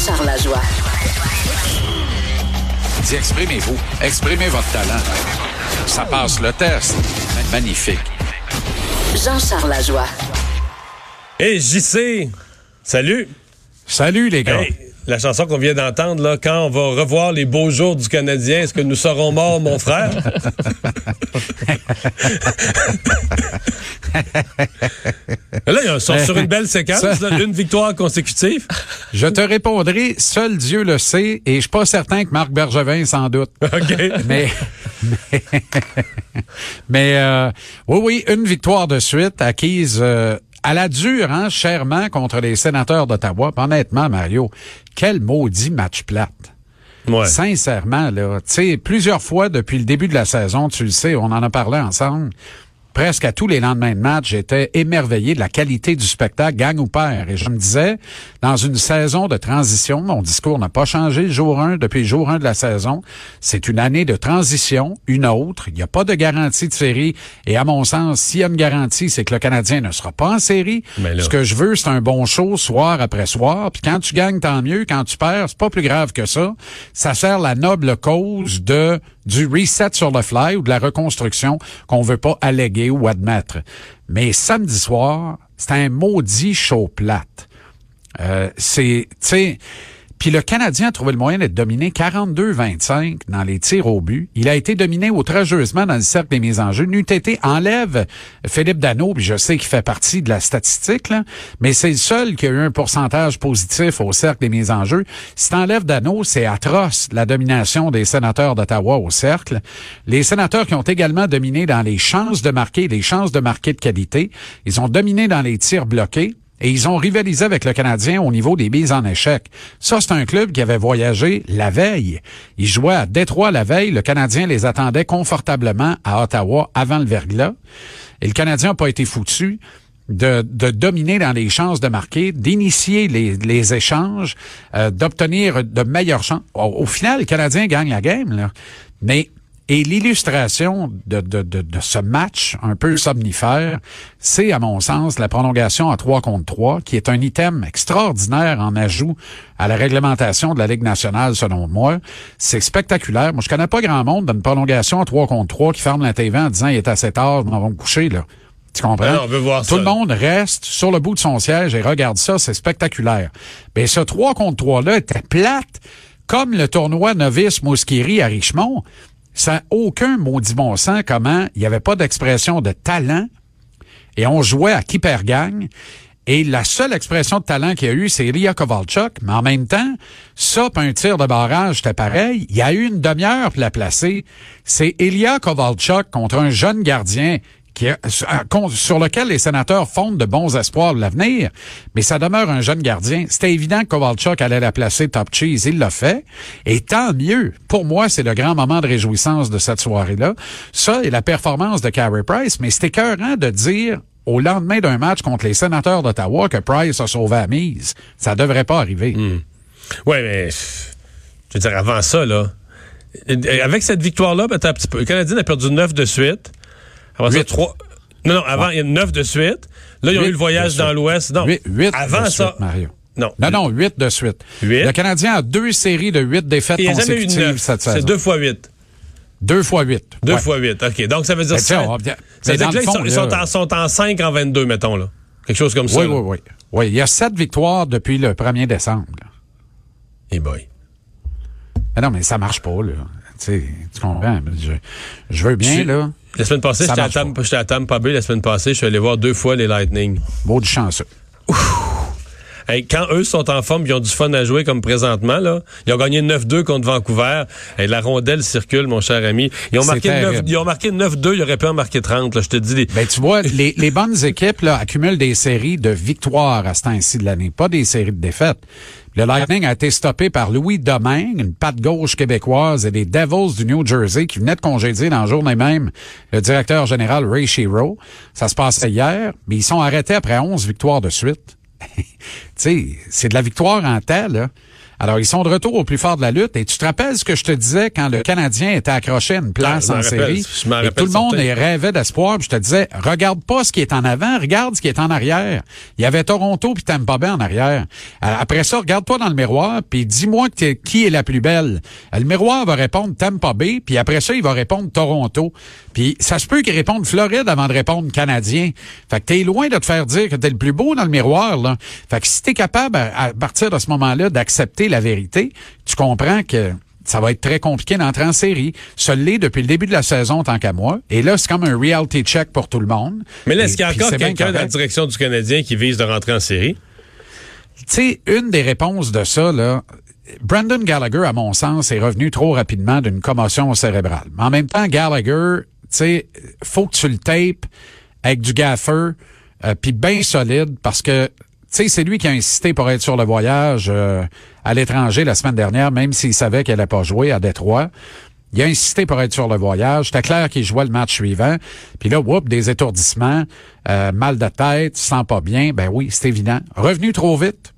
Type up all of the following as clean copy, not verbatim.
Jean-Charles Lajoie. Dis, exprimez-vous. Exprimez votre talent. Ça passe le test. Magnifique. Jean-Charles Lajoie. Hey, JC! Salut! Salut, les gars. Hey, la chanson qu'on vient d'entendre, là, quand on va revoir les beaux jours du Canadien, est-ce que nous serons morts, mon frère? Là, ils sont sur une belle séquence, là, une victoire consécutive. Je te répondrai, seul Dieu le sait, et je suis pas certain que Marc Bergevin sans doute. OK. Mais oui, une victoire de suite acquise à la dure, hein, chèrement contre les Sénateurs d'Ottawa. Honnêtement, Mario, quel maudit match plate. Ouais. Sincèrement, là, tu sais, plusieurs fois depuis le début de la saison, tu le sais, on en a parlé ensemble. Presque à tous les lendemains de match, j'étais émerveillé de la qualité du spectacle, gagne ou perd. Et je me disais, dans une saison de transition, mon discours n'a pas changé depuis le jour 1 de la saison. C'est une année de transition, une autre. Il n'y a pas de garantie de série. Et à mon sens, s'il y a une garantie, c'est que le Canadien ne sera pas en série. Ce que je veux, c'est un bon show soir après soir. Puis quand tu gagnes, tant mieux. Quand tu perds, c'est pas plus grave que ça. Ça sert la noble cause du reset sur le fly ou de la reconstruction qu'on veut pas alléguer ou admettre. Mais samedi soir, c'est un maudit show plate. Puis le Canadien a trouvé le moyen d'être dominé 42-25 dans les tirs au but. Il a été dominé outrageusement dans le cercle des mises en jeu. N'UTT enlève Philippe Danault, puis je sais qu'il fait partie de la statistique, là, mais c'est le seul qui a eu un pourcentage positif au cercle des mises en jeu. Si t'enlèves Danault, c'est atroce, la domination des Sénateurs d'Ottawa au cercle. Les Sénateurs qui ont également dominé dans les chances de marquer de qualité. Ils ont dominé dans les tirs bloqués. Et ils ont rivalisé avec le Canadien au niveau des mises en échec. Ça, c'est un club qui avait voyagé la veille. Ils jouaient à Détroit la veille. Le Canadien les attendait confortablement à Ottawa avant le verglas. Et le Canadien n'a pas été foutu de dominer dans les chances de marquer, d'initier les échanges, d'obtenir de meilleures chances. Au final, le Canadien gagne la game, là. Et l'illustration de ce match un peu somnifère, c'est, à mon sens, la prolongation à 3 contre 3, qui est un item extraordinaire en ajout à la réglementation de la Ligue nationale, selon moi. C'est spectaculaire. Moi, je connais pas grand monde d'une prolongation à 3 contre 3 qui ferme la TV en disant « il est assez tard, on va me coucher », là. Tu comprends? Alors, on veut voir Tout le monde reste sur le bout de son siège et regarde ça, c'est spectaculaire. Mais ce 3 contre 3-là était plate, comme le tournoi novice Mouskiri à Richmond. Ça n'a aucun maudit bon sens comment il n'y avait pas d'expression de talent et on jouait à qui perd gagne. Et la seule expression de talent qu'il y a eu, c'est Ilya Kovalchuk. Mais en même temps, ça, puis un tir de barrage, c'était pareil. Il y a eu une demi-heure pour la placer. C'est Ilya Kovalchuk contre un jeune gardien sur lequel les Sénateurs fondent de bons espoirs de l'avenir, mais ça demeure un jeune gardien. C'était évident que Kovalchuk allait la placer top cheese. Il l'a fait. Et tant mieux. Pour moi, c'est le grand moment de réjouissance de cette soirée-là. Ça et la performance de Carey Price, mais c'était écœurant de dire au lendemain d'un match contre les Sénateurs d'Ottawa que Price a sauvé la mise. Ça devrait pas arriver. Oui, mais je veux dire, avant ça, là, avec cette victoire-là, le Canadien a perdu 9 de suite. Avant 8. Ça, 3. Non, avant, il y a 9 de suite. Là, ils ont eu le voyage dans l'Ouest. Non, 8 avant de ça. Suite, Mario. Non, 8 de suite. 8. Le Canadien a 2 séries de 8 défaites consécutives cette saison. C'est 2 fois 8. 2 fois 8. 2 fois 8. OK. Donc, ça veut dire ça. Ça veut dire que là, ils sont en 5 en 22, mettons, là. Quelque chose comme ça. Oui. Il y a 7 victoires depuis le 1er décembre. Eh boy. Mais non, mais ça marche pas, là. Tu comprends? Je veux bien, là. La semaine passée, j'étais à Tampa Bay la semaine passée. Je suis allé voir 2 fois les Lightning. Beau du chanceux. Hey, quand eux sont en forme, ils ont du fun à jouer comme présentement, là. Ils ont gagné 9-2 contre Vancouver. Hey, la rondelle circule, mon cher ami. Ils ont marqué 9-2, ils auraient pu en marquer 30, là, je te dis. Ben, tu vois, les bonnes équipes, là, accumulent des séries de victoires à ce temps-ci de l'année, pas des séries de défaites. Le Lightning a été stoppé par Louis Domingue, une patte gauche québécoise, et les Devils du New Jersey qui venaient de congédier dans la journée même le directeur général Ray Shero. Ça se passait hier, mais ils sont arrêtés après 11 victoires de suite. Tu sais, c'est de la victoire en temps, là. Alors, ils sont de retour au plus fort de la lutte. Et tu te rappelles ce que je te disais quand le Canadien était accroché à une place en série? Et tout le monde rêvait d'espoir. Puis je te disais, regarde pas ce qui est en avant, regarde ce qui est en arrière. Il y avait Toronto puis Tampa Bay en arrière. Après ça, regarde-toi dans le miroir puis dis-moi qui est la plus belle. Le miroir va répondre Tampa Bay, puis après ça, il va répondre Toronto. Puis ça se peut qu'il réponde Floride avant de répondre Canadien. Fait que t'es loin de te faire dire que t'es le plus beau dans le miroir, là. Fait que si t'es capable, à partir de ce moment-là, d'accepter la vérité, tu comprends que ça va être très compliqué d'entrer en série. Ça l'est depuis le début de la saison, tant qu'à moi. Et là, c'est comme un reality check pour tout le monde. Mais là, est-ce qu'il y a encore quelqu'un dans la direction du Canadien qui vise de rentrer en série? Tu sais, une des réponses de ça, là, Brendan Gallagher, à mon sens, est revenu trop rapidement d'une commotion cérébrale. Mais en même temps, Gallagher, tu sais, faut que tu le tapes avec du gaffer, puis bien solide, parce que, tu sais, c'est lui qui a insisté pour être sur le voyage à l'étranger la semaine dernière, même s'il savait qu'elle n'allait pas jouer à Détroit. Il a insisté pour être sur le voyage. C'était clair qu'il jouait le match suivant. Puis là, des étourdissements, mal de tête, sent pas bien. Ben oui, c'est évident. Revenu trop vite.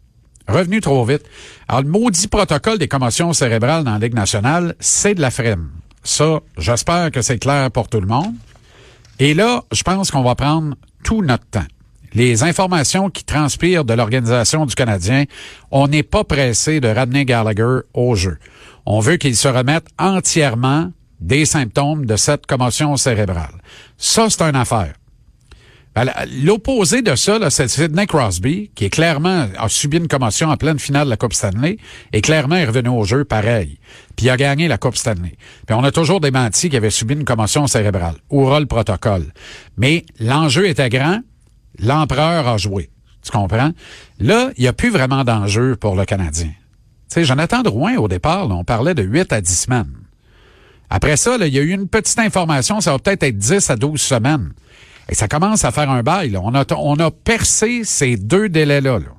Alors, le maudit protocole des commotions cérébrales dans la Ligue nationale, c'est de la frime. Ça, j'espère que c'est clair pour tout le monde. Et là, je pense qu'on va prendre tout notre temps. Les informations qui transpirent de l'organisation du Canadien, on n'est pas pressé de ramener Gallagher au jeu. On veut qu'il se remette entièrement des symptômes de cette commotion cérébrale. Ça, c'est une affaire. L'opposé de ça, là, c'est Sidney Crosby, qui est clairement a subi une commotion en pleine finale de la Coupe Stanley, et clairement est revenu au jeu pareil. Puis il a gagné la Coupe Stanley. Puis on a toujours démenti qu'il avait subi une commotion cérébrale. Oura le protocole. Mais l'enjeu était grand, l'empereur a joué. Tu comprends? Là, il n'y a plus vraiment d'enjeu pour le Canadien. Tu sais, Jonathan Drouin, au départ, là, on parlait de 8 à 10 semaines. Après ça, là, il y a eu une petite information, ça va peut-être être 10 à 12 semaines. Et ça commence à faire un bail. Là. On a percé ces 2 délais-là. Là.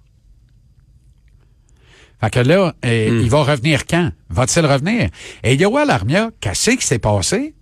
Fait que là, il va revenir quand? Va-t-il revenir? Et Yoel Armia, qu'est-ce qui s'est passé?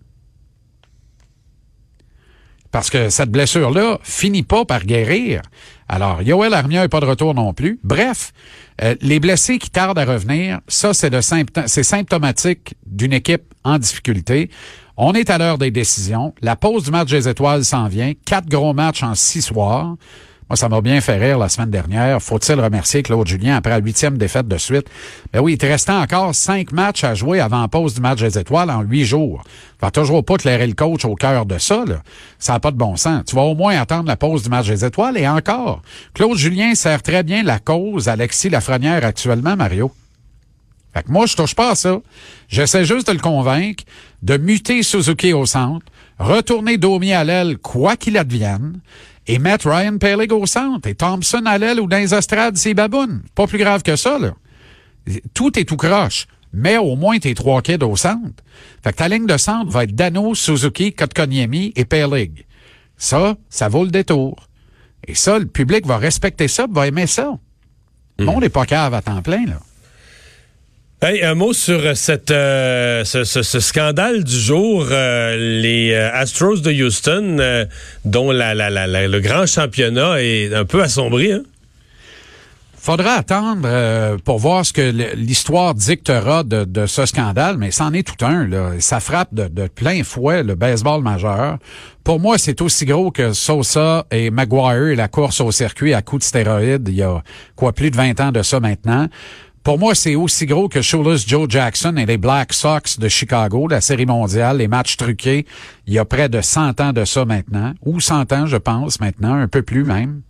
Parce que cette blessure-là finit pas par guérir. Alors, Yoel Armia n'est pas de retour non plus. Bref, les blessés qui tardent à revenir, ça, c'est symptomatique d'une équipe en difficulté. On est à l'heure des décisions. La pause du match des étoiles s'en vient. 4 gros matchs en 6 soirs. Moi, ça m'a bien fait rire la semaine dernière. Faut-il remercier Claude Julien après la 8e défaite de suite? Ben oui, il te restait encore 5 matchs à jouer avant la pause du match des étoiles en 8 jours. Tu vas toujours pas clairer le coach au cœur de ça, là. Ça n'a pas de bon sens. Tu vas au moins attendre la pause du match des étoiles et encore. Claude Julien sert très bien la cause Alexis Lafrenière actuellement, Mario. Fait que moi, je touche pas à ça. J'essaie juste de le convaincre de muter Suzuki au centre, retourner Domi à l'aile, quoi qu'il advienne, et mettre Ryan Pellig au centre, et Thompson à l'aile ou dans les estrades, c'est baboune. Pas plus grave que ça, là. Tout est tout croche. Mais au moins tes 3 kids au centre. Fait que ta ligne de centre va être Dano, Suzuki, Kotkaniemi et Pellig. Ça vaut le détour. Et ça, le public va respecter ça, va aimer ça. Le monde n'est pas cave à temps plein, là. Hey, un mot sur ce scandale du jour, les Astros de Houston, dont le grand championnat est un peu assombri. Hein? Faudra attendre pour voir ce que l'histoire dictera de ce scandale, mais c'en est tout un. Là. Ça frappe de plein fouet le baseball majeur. Pour moi, c'est aussi gros que Sosa et Maguire et la course au circuit à coups de stéroïdes il y a plus de 20 ans de ça maintenant. Pour moi, c'est aussi gros que Shoeless Joe Jackson et les Black Sox de Chicago, la Série mondiale, les matchs truqués, il y a près de 100 ans de ça maintenant, ou 100 ans, je pense, maintenant, un peu plus même.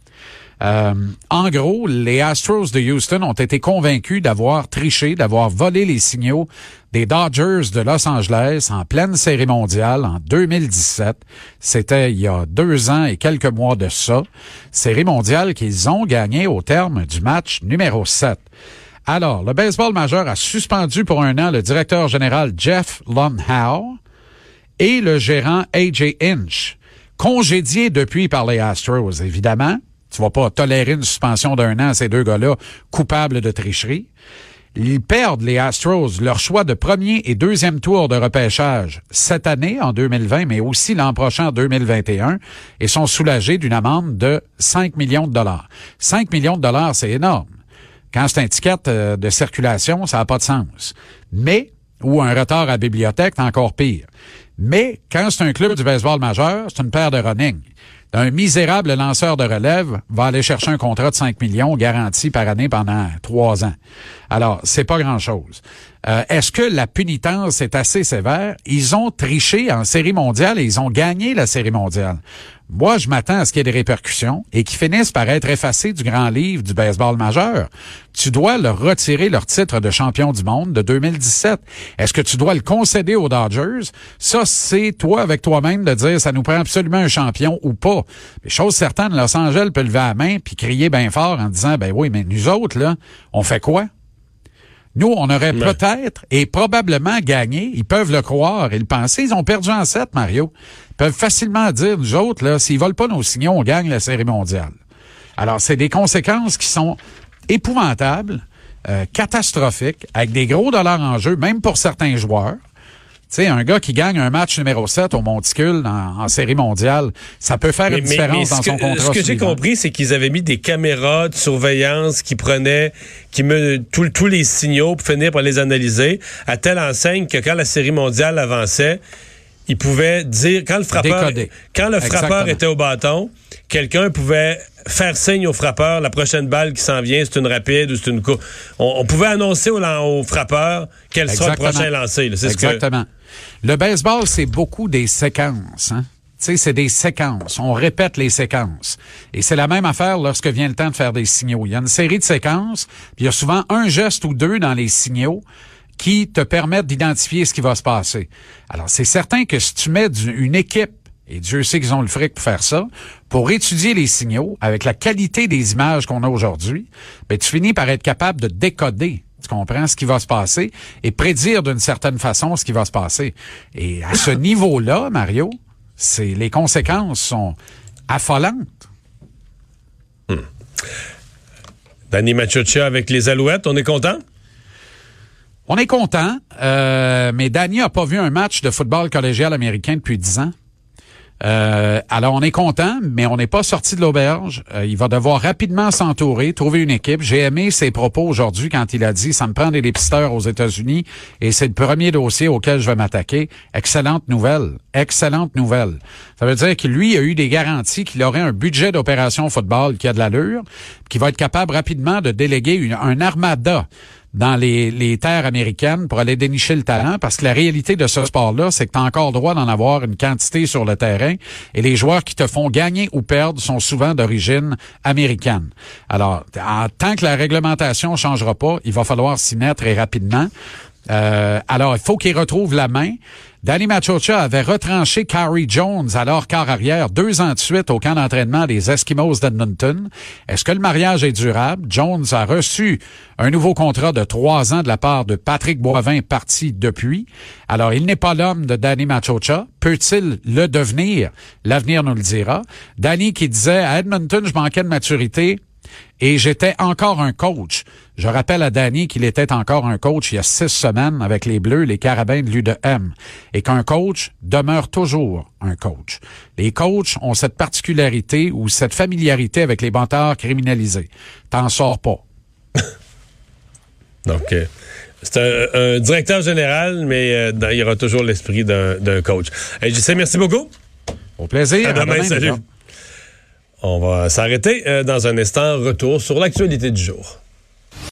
En gros, les Astros de Houston ont été convaincus d'avoir triché, d'avoir volé les signaux des Dodgers de Los Angeles en pleine Série mondiale en 2017. C'était il y a 2 ans et quelques mois de ça. Série mondiale qu'ils ont gagnée au terme du match numéro 7. Alors, le baseball majeur a suspendu pour 1 an le directeur général Jeff Lunhow et le gérant A.J. Hinch, congédiés depuis par les Astros, évidemment. Tu vas pas tolérer une suspension d'1 an à ces 2 gars-là coupables de tricherie. Ils perdent, les Astros, leur choix de premier et 2e tour de repêchage cette année, en 2020, mais aussi l'an prochain, en 2021, et sont soulagés d'une amende de 5 millions de dollars. 5 millions de dollars, c'est énorme. Quand c'est un ticket de circulation, ça n'a pas de sens. Mais, ou un retard à la bibliothèque, c'est encore pire. Mais, quand c'est un club du baseball majeur, c'est une paire de running. Un misérable lanceur de relève va aller chercher un contrat de 5 millions garanti par année pendant 3 ans. Alors, c'est pas grand-chose. Est-ce que la punitance est assez sévère? Ils ont triché en Série mondiale et ils ont gagné la Série mondiale. Moi, je m'attends à ce qu'il y ait des répercussions et qu'ils finissent par être effacés du grand livre du baseball majeur. Tu dois leur retirer leur titre de champion du monde de 2017. Est-ce que tu dois le concéder aux Dodgers? Ça, c'est toi avec toi-même de dire ça nous prend absolument un champion ou pas. Mais chose certaine, Los Angeles peut lever la main puis crier bien fort en disant, ben oui, mais nous autres, là, on fait quoi? Nous, on aurait peut-être et probablement gagné. Ils peuvent le croire et le penser. Ils ont perdu en 7, Mario. Ils peuvent facilement dire, nous autres, là, s'ils volent pas nos signaux, on gagne la Série mondiale. Alors, c'est des conséquences qui sont épouvantables, catastrophiques, avec des gros dollars en jeu, même pour certains joueurs. Tu sais, un gars qui gagne un match numéro 7 au Monticule en Série mondiale, ça peut faire une différence dans son contrat. Ce que j'ai compris, c'est qu'ils avaient mis des caméras de surveillance qui tous les signaux pour finir par les analyser, à telle enseigne que quand la Série mondiale avançait, ils pouvaient dire, quand le frappeur était au bâton, quelqu'un pouvait faire signe au frappeur, la prochaine balle qui s'en vient, c'est une rapide ou c'est une courte. On pouvait annoncer au frappeur quel sera le prochain lancé. Là. Exactement. Le baseball, c'est beaucoup des séquences. Hein? Tu sais, c'est des séquences. On répète les séquences. Et c'est la même affaire lorsque vient le temps de faire des signaux. Il y a une série de séquences, puis il y a souvent un geste ou deux dans les signaux qui te permettent d'identifier ce qui va se passer. Alors, c'est certain que si tu mets une équipe, et Dieu sait qu'ils ont le fric pour faire ça, pour étudier les signaux avec la qualité des images qu'on a aujourd'hui, ben, tu finis par être capable de décoder, tu comprends, ce qui va se passer et prédire d'une certaine façon ce qui va se passer. Et à ce niveau-là, Mario, les conséquences sont affolantes. Danny Machocha avec les Alouettes, on est content? On est content, mais Danny a pas vu un match de football collégial américain depuis 10 ans. Alors, on est content, mais on n'est pas sorti de l'auberge. Il va devoir rapidement s'entourer, trouver une équipe. J'ai aimé ses propos aujourd'hui quand il a dit « ça me prend des dépisteurs aux États-Unis et c'est le premier dossier auquel je vais m'attaquer ». Excellente nouvelle. Excellente nouvelle. Ça veut dire que lui a eu des garanties qu'il aurait un budget d'opération football qui a de l'allure, qu'il va être capable rapidement de déléguer un armada dans les terres américaines pour aller dénicher le talent, parce que la réalité de ce sport-là, c'est que tu as encore droit d'en avoir une quantité sur le terrain, et les joueurs qui te font gagner ou perdre sont souvent d'origine américaine. Alors, tant que la réglementation changera pas, il va falloir s'y mettre et rapidement. Alors, il faut qu'il retrouve la main. Danny Machocha avait retranché Carey Jones, alors quart arrière, 2 ans de suite au camp d'entraînement des Eskimos d'Edmonton. Est-ce que le mariage est durable? Jones a reçu un nouveau contrat de 3 ans de la part de Patrick Boivin, parti depuis. Alors, il n'est pas l'homme de Danny Machocha. Peut-il le devenir? L'avenir nous le dira. Danny qui disait, à Edmonton, je manquais de maturité. Et j'étais encore un coach. Je rappelle à Danny qu'il était encore un coach il y a 6 semaines avec les Bleus, les Carabins de l'U-de-M. Et qu'un coach demeure toujours un coach. Les coachs ont cette particularité ou cette familiarité avec les bâtards criminalisés. T'en sors pas. Donc, c'est un directeur général, mais il y aura toujours l'esprit d'un coach. JC, merci beaucoup. Au plaisir. À demain, salut. On va s'arrêter dans un instant. Retour sur l'actualité du jour.